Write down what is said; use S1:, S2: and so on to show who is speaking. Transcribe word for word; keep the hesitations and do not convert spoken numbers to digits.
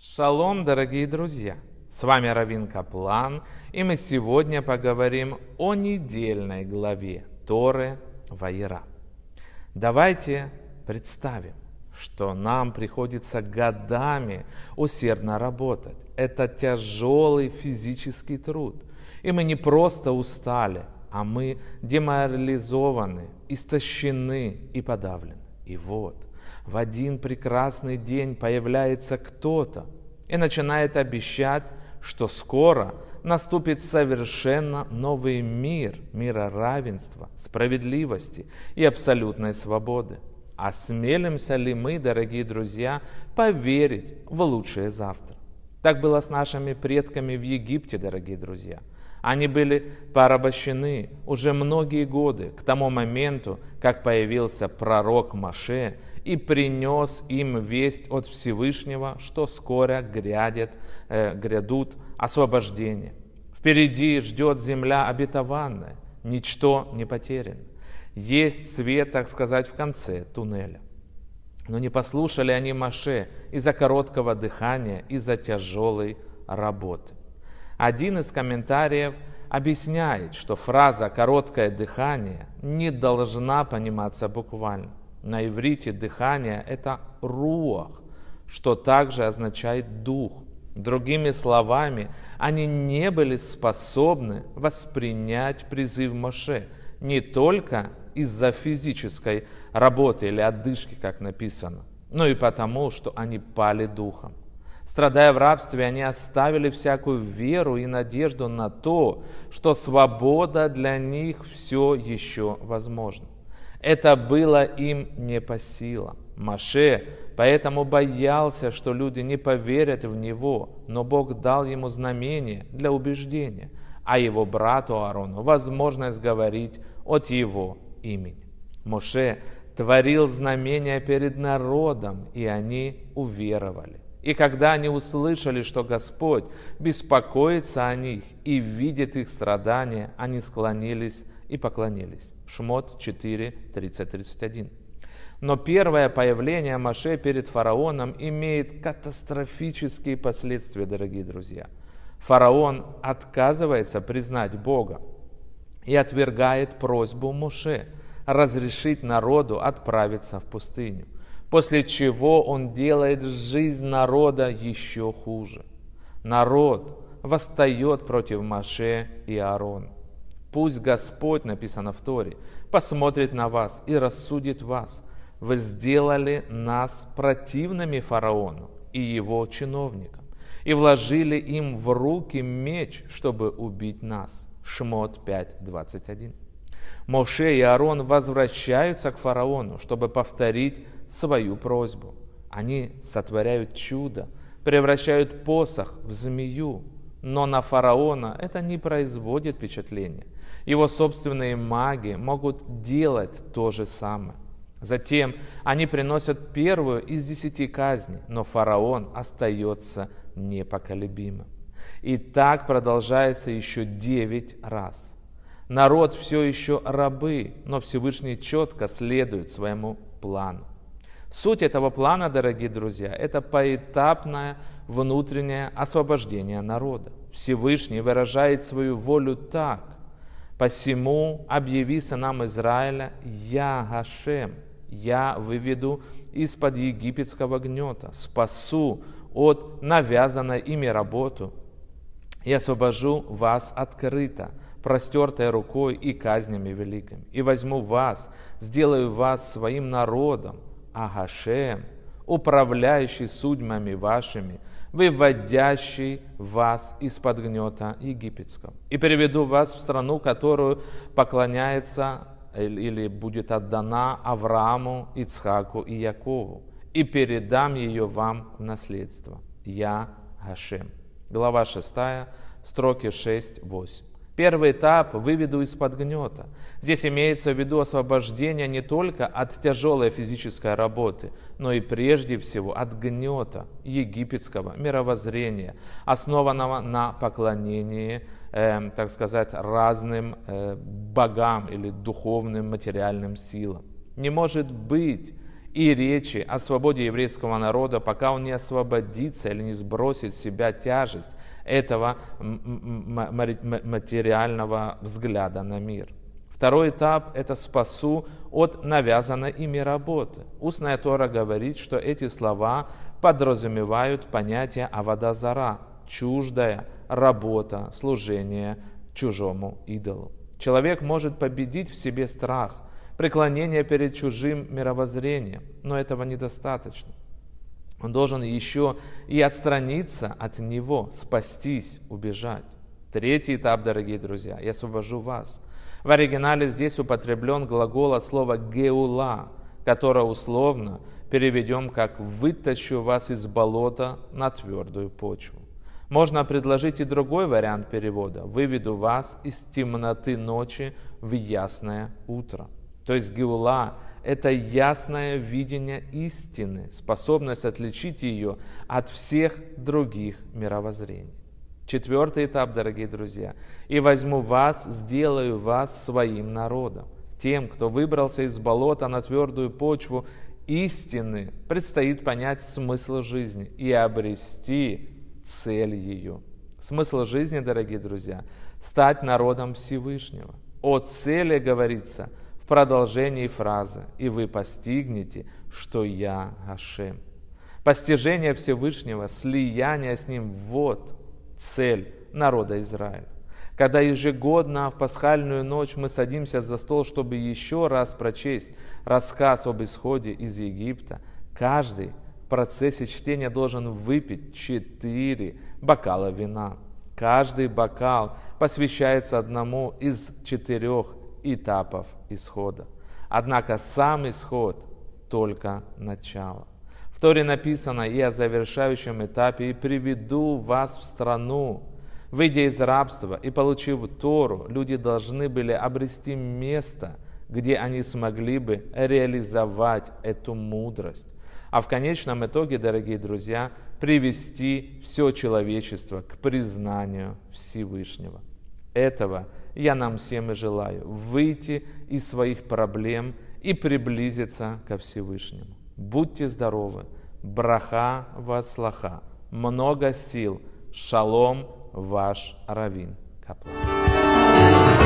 S1: Шалом, дорогие друзья! С вами Равин Каплан, и мы сегодня поговорим о недельной главе Торы Ваера. Давайте представим, что нам приходится годами усердно работать. Это тяжелый физический труд. И мы не просто устали, а мы деморализованы, истощены и подавлены. И вот, в один прекрасный день появляется кто-то и начинает обещать, что скоро наступит совершенно новый мир, мира равенства, справедливости и абсолютной свободы. Осмелимся ли мы, дорогие друзья, поверить в лучшее завтра? Так было с нашими предками в Египте, дорогие друзья. Они были порабощены уже многие годы к тому моменту, как появился пророк Моше и принес им весть от Всевышнего, что скоро грядет, э, грядут освобождения. Впереди ждет земля обетованная, ничто не потеряно. Есть свет, так сказать, в конце туннеля. Но не послушали они Моше из-за короткого дыхания, из-за тяжелой работы. Один из комментариев объясняет, что фраза «короткое дыхание» не должна пониматься буквально. На иврите дыхание – это руах, что также означает дух. Другими словами, они не были способны воспринять призыв Моше не только из-за физической работы или отдышки, как написано, но и потому, что они пали духом. Страдая в рабстве, они оставили всякую веру и надежду на то, что свобода для них все еще возможна. Это было им не по силам. Моше поэтому боялся, что люди не поверят в него, но Бог дал ему знамение для убеждения, а его брату Аарону возможность говорить от его имени. Моше творил знамения перед народом, и они уверовали. И когда они услышали, что Господь беспокоится о них и видит их страдания, они склонились и поклонились. Шмот четыре, тридцать тридцать один. Но первое появление Моше перед фараоном имеет катастрофические последствия, дорогие друзья. Фараон отказывается признать Бога и отвергает просьбу Моше разрешить народу отправиться в пустыню, после чего он делает жизнь народа еще хуже. Народ восстает против Моше и Аарона. Пусть Господь, написано в Торе, посмотрит на вас и рассудит вас. Вы сделали нас противными фараону и его чиновникам, и вложили им в руки меч, чтобы убить нас. Шмот пять, двадцать один. Моше и Аарон возвращаются к фараону, чтобы повторить свою просьбу. Они сотворяют чудо, превращают посох в змею, но на фараона это не производит впечатления. Его собственные маги могут делать то же самое. Затем они приносят первую из десяти казней, но фараон остается непоколебимым. И так продолжается еще девять раз. Народ все еще рабы, но Всевышний четко следует своему плану. Суть этого плана, дорогие друзья, это поэтапное внутреннее освобождение народа. Всевышний выражает свою волю так: «Посему объяви сынам Израиля: Я Гашем, я выведу из-под египетского гнета, спасу от навязанной ими работу и освобожу вас открыто, простертой рукой и казнями великими, и возьму вас, сделаю вас своим народом, а Гашем, управляющий судьбами вашими, выводящий вас из-под гнета египетского, и переведу вас в страну, которую поклоняется или будет отдана Аврааму, Ицхаку и Якову, и передам ее вам в наследство. Я Гашем». Глава шестая, строки шесть-восемь. Первый этап «выведу из-под гнета». Здесь имеется в виду освобождение не только от тяжелой физической работы, но и прежде всего от гнета египетского мировоззрения, основанного на поклонении, э, так сказать, разным э, богам или духовным материальным силам. Не может быть и речи о свободе еврейского народа, пока он не освободится или не сбросит с себя тяжесть этого материального взгляда на мир. Второй этап – это «спасу от навязанной ими работы». Устная Тора говорит, что эти слова подразумевают понятие авода зара, чуждая работа, служение чужому идолу. Человек может победить в себе страх, преклонение перед чужим мировоззрением, но этого недостаточно. Он должен еще и отстраниться от него, спастись, убежать. Третий этап, дорогие друзья, я освобожу вас. В оригинале здесь употреблен глагол от слова «геула», которое условно переведем как «вытащу вас из болота на твердую почву». Можно предложить и другой вариант перевода «выведу вас из темноты ночи в ясное утро». То есть геула – это ясное видение истины, способность отличить ее от всех других мировоззрений. Четвертый этап, дорогие друзья. «И возьму вас, сделаю вас своим народом». Тем, кто выбрался из болота на твердую почву истины, предстоит понять смысл жизни и обрести цель ее. Смысл жизни, дорогие друзья, стать народом Всевышнего. О цели говорится в продолжении фразы «И вы постигнете, что я Ашем». Постижение Всевышнего, слияние с Ним – вот цель народа Израиля. Когда ежегодно в пасхальную ночь мы садимся за стол, чтобы еще раз прочесть рассказ об исходе из Египта, каждый в процессе чтения должен выпить четыре бокала вина. Каждый бокал посвящается одному из четырех этапов исхода. Однако сам исход – только начало. В Торе написано и о завершающем этапе «И приведу вас в страну». Выйдя из рабства и получив Тору, люди должны были обрести место, где они смогли бы реализовать эту мудрость. А в конечном итоге, дорогие друзья, привести все человечество к признанию Всевышнего. Этого я нам всем и желаю – выйти из своих проблем и приблизиться ко Всевышнему. Будьте здоровы, браха васлаха, много сил, шалом, ваш Равин Каплан.